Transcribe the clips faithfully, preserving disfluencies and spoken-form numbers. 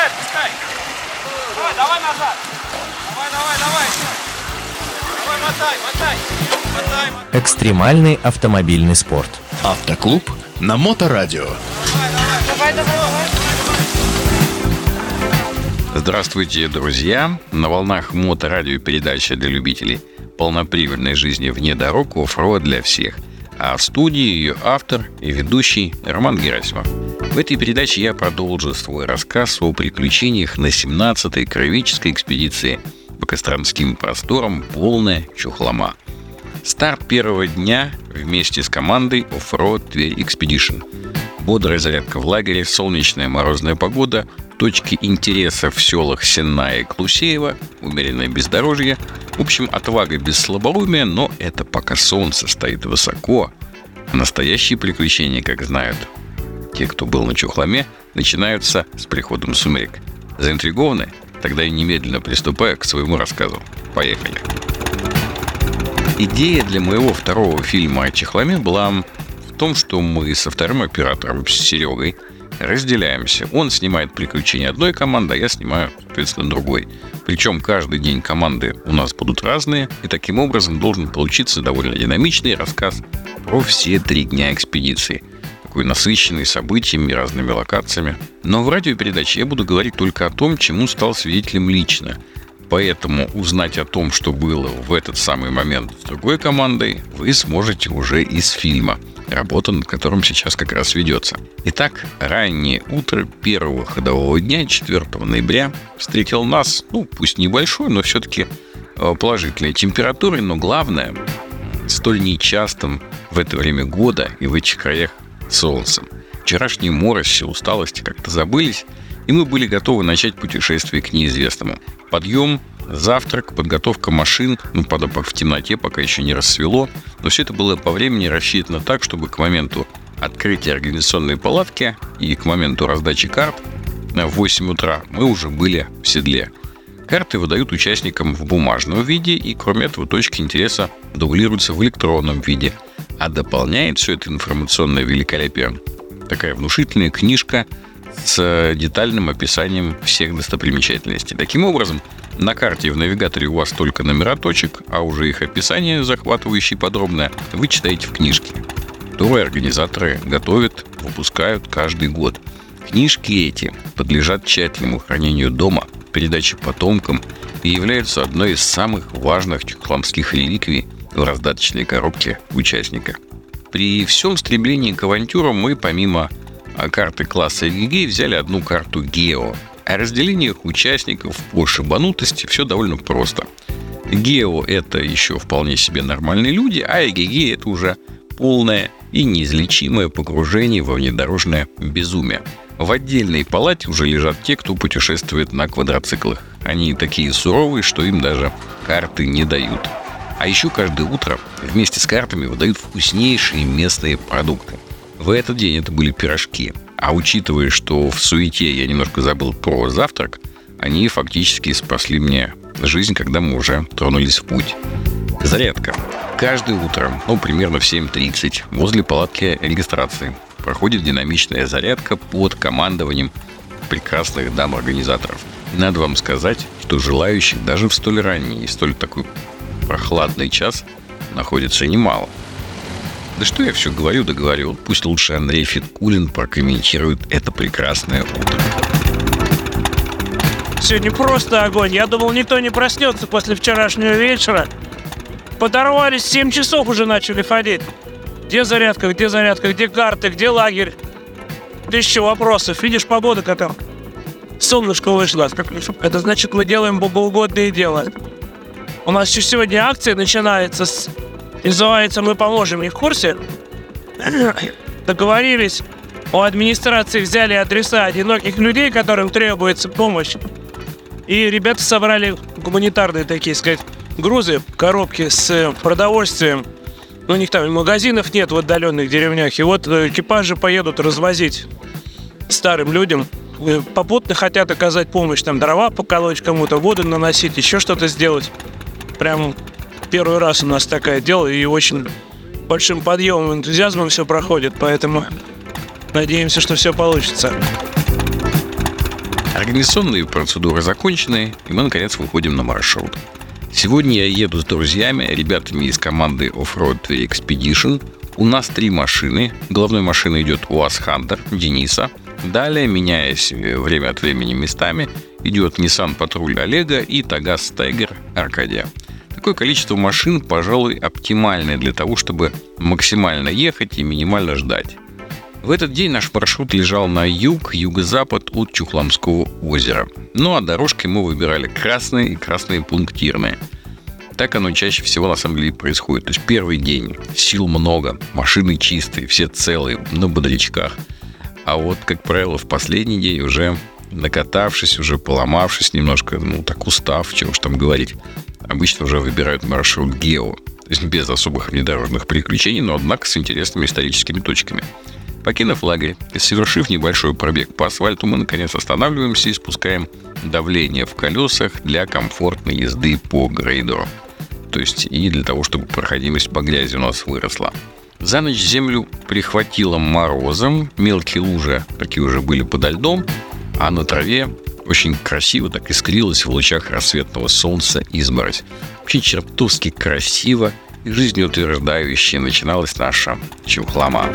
отпускай. Давай, давай назад. Давай, давай, давай. Давай, мотай, мотай. Мотай, мотай. Экстремальный автомобильный спорт. Автоклуб на Моторадио. Давай, давай, давай, давай. Здравствуйте, друзья! На волнах Моторадио передача для любителей полноприводной жизни вне дорог, оффроуд для всех. А в студии ее автор и ведущий Роман Герасимов. В этой передаче я продолжу свой рассказ о приключениях на семнадцатой краеведческой экспедиции по костромским просторам «Полная чухлома». Старт первого дня вместе с командой Offroad Тверь Expedition. Бодрая зарядка в лагере, солнечная морозная погода, точки интереса в селах Сенная и Клусеево, умеренное бездорожье. В общем, отвага без слабоумия, но это пока солнце стоит высоко. А настоящие приключения, как знают те, кто был на чухломе, начинаются с приходом сумерек. Заинтригованы? Тогда я немедленно приступаю к своему рассказу. Поехали! Идея для моего второго фильма о чухломе была в том, что мы со вторым оператором, с Серегой, разделяемся. Он снимает приключения одной команды, а я снимаю, соответственно, другой. Причем каждый день команды у нас будут разные, и таким образом должен получиться довольно динамичный рассказ про все три дня экспедиции. Такой насыщенный событиями и разными локациями. Но в радиопередаче я буду говорить только о том, чему стал свидетелем лично. Поэтому узнать о том, что было в этот самый момент с другой командой, вы сможете уже из фильма, работа над которым сейчас как раз ведется. Итак, раннее утро первого ходового дня, четвёртого ноября, встретил нас, ну, пусть небольшой, но все-таки положительной температурой, но главное, столь нечастым в это время года и в этих краях солнцем. Вчерашние мороси, усталости как-то забылись, и мы были готовы начать путешествие к неизвестному. Подъем, завтрак, подготовка машин, ну, правда, в темноте, пока еще не рассвело, но все это было по времени рассчитано так, чтобы к моменту открытия организационной палатки и к моменту раздачи карт в восемь утра мы уже были в седле. Карты выдают участникам в бумажном виде, и, кроме этого, точки интереса дублируются в электронном виде. А дополняет все это информационное великолепие такая внушительная книжка с детальным описанием всех достопримечательностей. Таким образом, на карте и в навигаторе у вас только номера точек, а уже их описание, захватывающее и подробное, вы читаете в книжке, которую организаторы готовят, выпускают каждый год. Книжки эти подлежат тщательному хранению дома, передаче потомкам и являются одной из самых важных чухломских реликвий в раздаточной коробке участника. При всем стремлении к авантюрам мы, помимо карты класса эгегей, взяли одну карту Гео. О разделениях участников по шибанутости все довольно просто. Гео — это еще вполне себе нормальные люди, а эгегей — это уже полное и неизлечимое погружение во внедорожное безумие. В отдельной палате уже лежат те, кто путешествует на квадроциклах. Они такие суровые, что им даже карты не дают. А еще каждое утро вместе с картами выдают вкуснейшие местные продукты. В этот день это были пирожки. А учитывая, что в суете я немножко забыл про завтрак, они фактически спасли мне жизнь, когда мы уже тронулись в путь. Зарядка. Каждое утро, ну, примерно в семь тридцать, возле палатки регистрации проходит динамичная зарядка под командованием прекрасных дам-организаторов. И надо вам сказать, что желающих даже в столь ранний и столь такой прохладный час находится немало. Да что я все говорю да говорю. Вот пусть лучше Андрей Фиткулин прокомментирует это прекрасное утро. Сегодня просто огонь. Я думал, никто не проснется после вчерашнего вечера. Подорвались, семь часов уже начали ходить. Где зарядка, где зарядка, где карты, где лагерь? Тысяча вопросов. Видишь, погода какая. Солнышко вышло. Это значит, мы делаем богоугодные дела. У нас еще сегодня акция начинается с... Называется «Мы поможем». И в курсе? Договорились. У администрации взяли адреса одиноких людей, которым требуется помощь. И ребята собрали гуманитарные такие, сказать, грузы, коробки с продовольствием. Ну, у них там магазинов нет в отдаленных деревнях. И вот экипажи поедут развозить старым людям. Попутно хотят оказать помощь, там дрова поколоть кому-то, воду наносить, еще что-то сделать. Прям первый раз у нас такое дело, и очень большим подъемом, энтузиазмом все проходит, поэтому надеемся, что все получится. Организационные процедуры закончены, и мы, наконец, выходим на маршрут. Сегодня я еду с друзьями, ребятами из команды Offroad Expedition. У нас три машины. Головной машиной идет УАЗ Хантер Дениса. Далее, меняясь время от времени местами, идет Nissan Патруль Олега и Тагаз Тайгер Аркадия. Такое количество машин, пожалуй, оптимальное для того, чтобы максимально ехать и минимально ждать. В этот день наш маршрут лежал на юг, юго-запад от Чухламского озера. Ну а дорожки мы выбирали красные и красные пунктирные. Так оно чаще всего на самом деле происходит. То есть первый день, сил много, машины чистые, все целые, на бодрячках. А вот, как правило, в последний день уже накатавшись, уже поломавшись немножко, ну так устав, чего уж там говорить, обычно уже выбирают маршрут Гео. То есть без особых внедорожных приключений, но однако с интересными историческими точками. Покинув лагерь и совершив небольшой пробег по асфальту, мы наконец останавливаемся и спускаем давление в колесах для комфортной езды по грейдеру. То есть и для того, чтобы проходимость по грязи у нас выросла. За ночь землю прихватило морозом, мелкие лужи такие уже были подо льдом, а на траве очень красиво так искрилась в лучах рассветного солнца изморозь. Очень чертовски красиво и жизнеутверждающе начиналась наша Чухлома.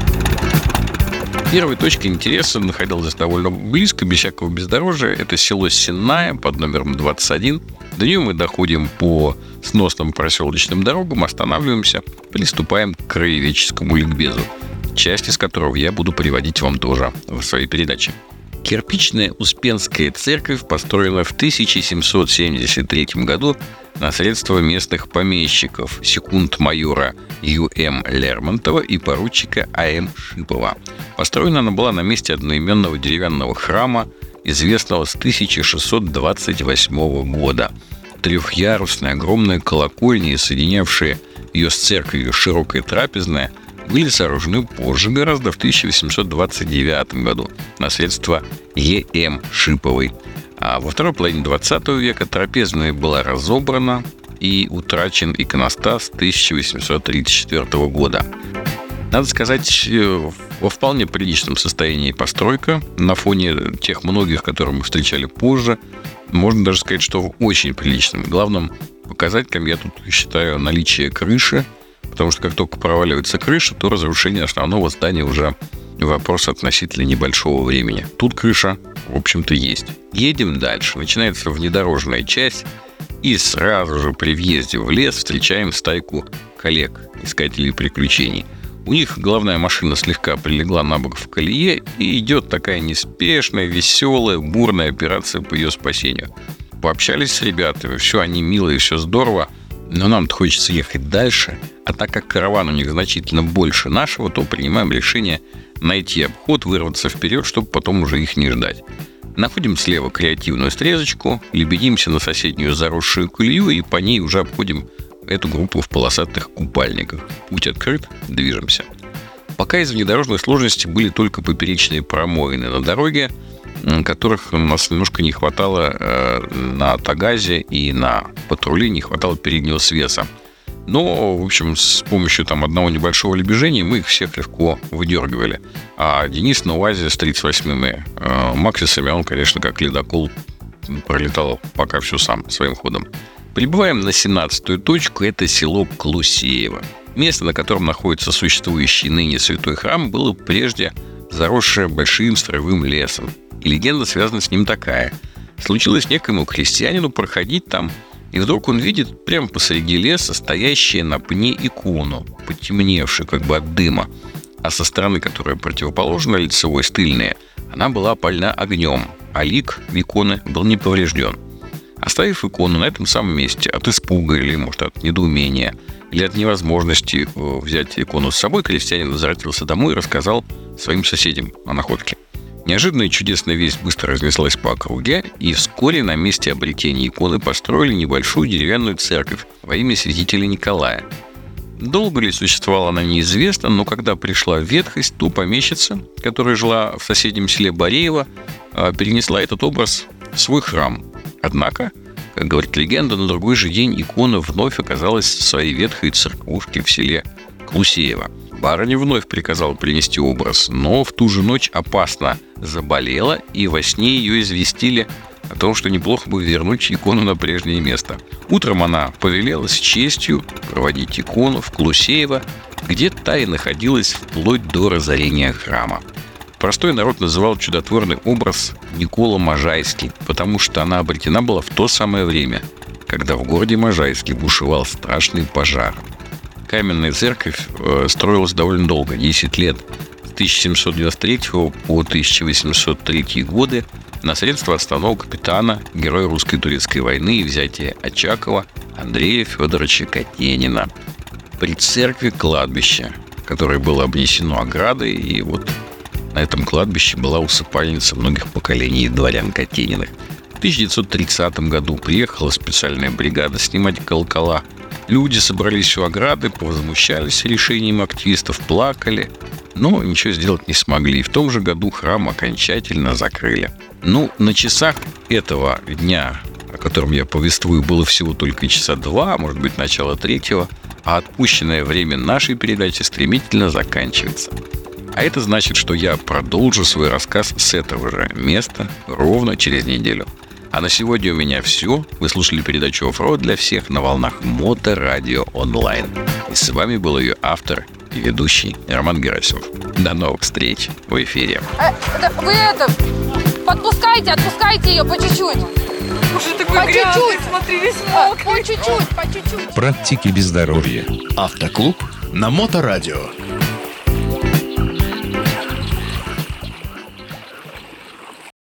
Первой точкой интереса находилась довольно близко, без всякого бездорожья. Это село Сенная под номером двадцать один. До нее мы доходим по сносным проселочным дорогам, останавливаемся, приступаем к краеведческому ликбезу, часть из которого я буду приводить вам тоже в своей передаче. Кирпичная Успенская церковь построена в тысяча семьсот семьдесят третьем году на средства местных помещиков секунд-майора Ю М Лермонтова и поручика А М Шипова. Построена она была на месте одноименного деревянного храма, известного с тысяча шестьсот двадцать восьмого года. Трехъярусная огромная колокольня, соединявшая ее с церковью широкая трапезная, были сооружены позже, гораздо в тысяча восемьсот двадцать девятом году на средства Е М Шиповой. А во второй половине двадцатого века трапезная была разобрана и утрачен иконостас тысяча восемьсот тридцать четвёртого года. Надо сказать, во вполне приличном состоянии постройка. На фоне тех многих, которые мы встречали позже, можно даже сказать, что в очень приличном. Главным показателем я тут считаю наличие крыши, потому что как только проваливается крыша, то разрушение основного здания уже вопрос относительно небольшого времени. Тут крыша, в общем-то, есть. Едем дальше. Начинается внедорожная часть, и сразу же при въезде в лес встречаем стайку коллег, искателей приключений. У них главная машина слегка прилегла на бок в колее, и идет такая неспешная, веселая, бурная операция по ее спасению. Пообщались с ребятами, все они милые, все здорово, но нам-то хочется ехать дальше, а так как караван у них значительно больше нашего, то принимаем решение найти обход, вырваться вперед, чтобы потом уже их не ждать. Находим слева креативную стрелочку, лебедимся на соседнюю заросшую колею и по ней уже обходим эту группу в полосатых купальниках. Путь открыт, движемся. Пока из внедорожной сложности были только поперечные промоины на дороге, которых у нас немножко не хватало э, на Тагазе и на патруле, не хватало переднего свеса. Но, в общем, с помощью там одного небольшого лебежения мы их всех легко выдергивали. А Денис на УАЗе с тридцать восьмыми э, Максисами, он, конечно, как ледокол пролетал пока все сам, своим ходом. Прибываем на семнадцатую точку, это село Клусеево. Место, на котором находится существующий ныне святой храм, было прежде заросшее большим строевым лесом. И легенда связана с ним такая. Случилось некоему крестьянину проходить там, и вдруг он видит прямо посреди леса стоящую на пне икону, потемневшую как бы от дыма. А со стороны, которая противоположна лицевой, стыльная, она была опалена огнем, а лик иконы был не поврежден. Оставив икону на этом самом месте от испуга или, может, от недоумения, или от невозможности взять икону с собой, крестьянин возвратился домой и рассказал своим соседям о находке. Неожиданная чудесная весть быстро разнеслась по округе, и вскоре на месте обретения иконы построили небольшую деревянную церковь во имя святителя Николая. Долго ли существовала она, неизвестно, но когда пришла ветхость, то помещица, которая жила в соседнем селе Бореево, перенесла этот образ в свой храм. Однако, как говорит легенда, на другой же день икона вновь оказалась в своей ветхой церквушке в селе Клусеева. Барыня вновь приказала принести образ, но в ту же ночь опасно заболела, и во сне ее известили о том, что неплохо бы вернуть икону на прежнее место. Утром она повелела с честью проводить икону в Клусеево, где та и находилась вплоть до разорения храма. Простой народ называл чудотворный образ Никола Можайский, потому что она обретена была в то самое время, когда в городе Можайске бушевал страшный пожар. Каменная церковь э, строилась довольно долго, десять лет, с тысяча семьсот девяносто третьего по тысяча восемьсот третий годы, на средства отставного капитана, героя русско-турецкой войны и взятия Очакова Андрея Федоровича Катенина. При церкви кладбище, которое было обнесено оградой, и вот на этом кладбище была усыпальница многих поколений дворян Катениных. В тысяча девятьсот тридцатом году приехала специальная бригада снимать колокола. Люди собрались у ограды, повозмущались решением активистов, плакали, но ничего сделать не смогли. И в том же году храм окончательно закрыли. Ну, на часах этого дня, о котором я повествую, было всего только часа два, может быть, начало третьего, а отпущенное время нашей передачи стремительно заканчивается. А это значит, что я продолжу свой рассказ с этого же места ровно через неделю. А на сегодня у меня все. Вы слушали передачу «Оффроуд для всех» на волнах Моторадио онлайн. И с вами был ее автор и ведущий Роман Герасимов. До новых встреч в эфире. Э, это, вы это, подпускайте, отпускайте ее по чуть-чуть. Уже такой По грязный, чуть-чуть. смотри, весь А, мокрый. по чуть-чуть, по чуть-чуть. Практики без здоровья. Автоклуб на Моторадио.